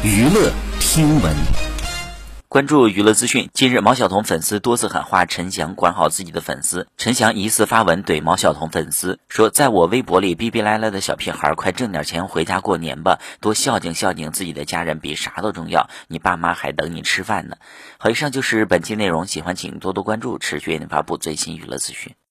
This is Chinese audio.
娱乐听闻。 关注娱乐资讯，近日毛晓彤粉丝多次喊话陈翔管好自己的粉丝。陈翔疑似发文怼毛晓彤粉丝说，在我微博里逼逼赖赖的小屁孩，快挣点钱回家过年吧，多孝敬孝敬自己的家人比啥都重要，你爸妈还等你吃饭呢。好，以上就是本期内容，喜欢请多多关注，持续为您发布最新娱乐资讯。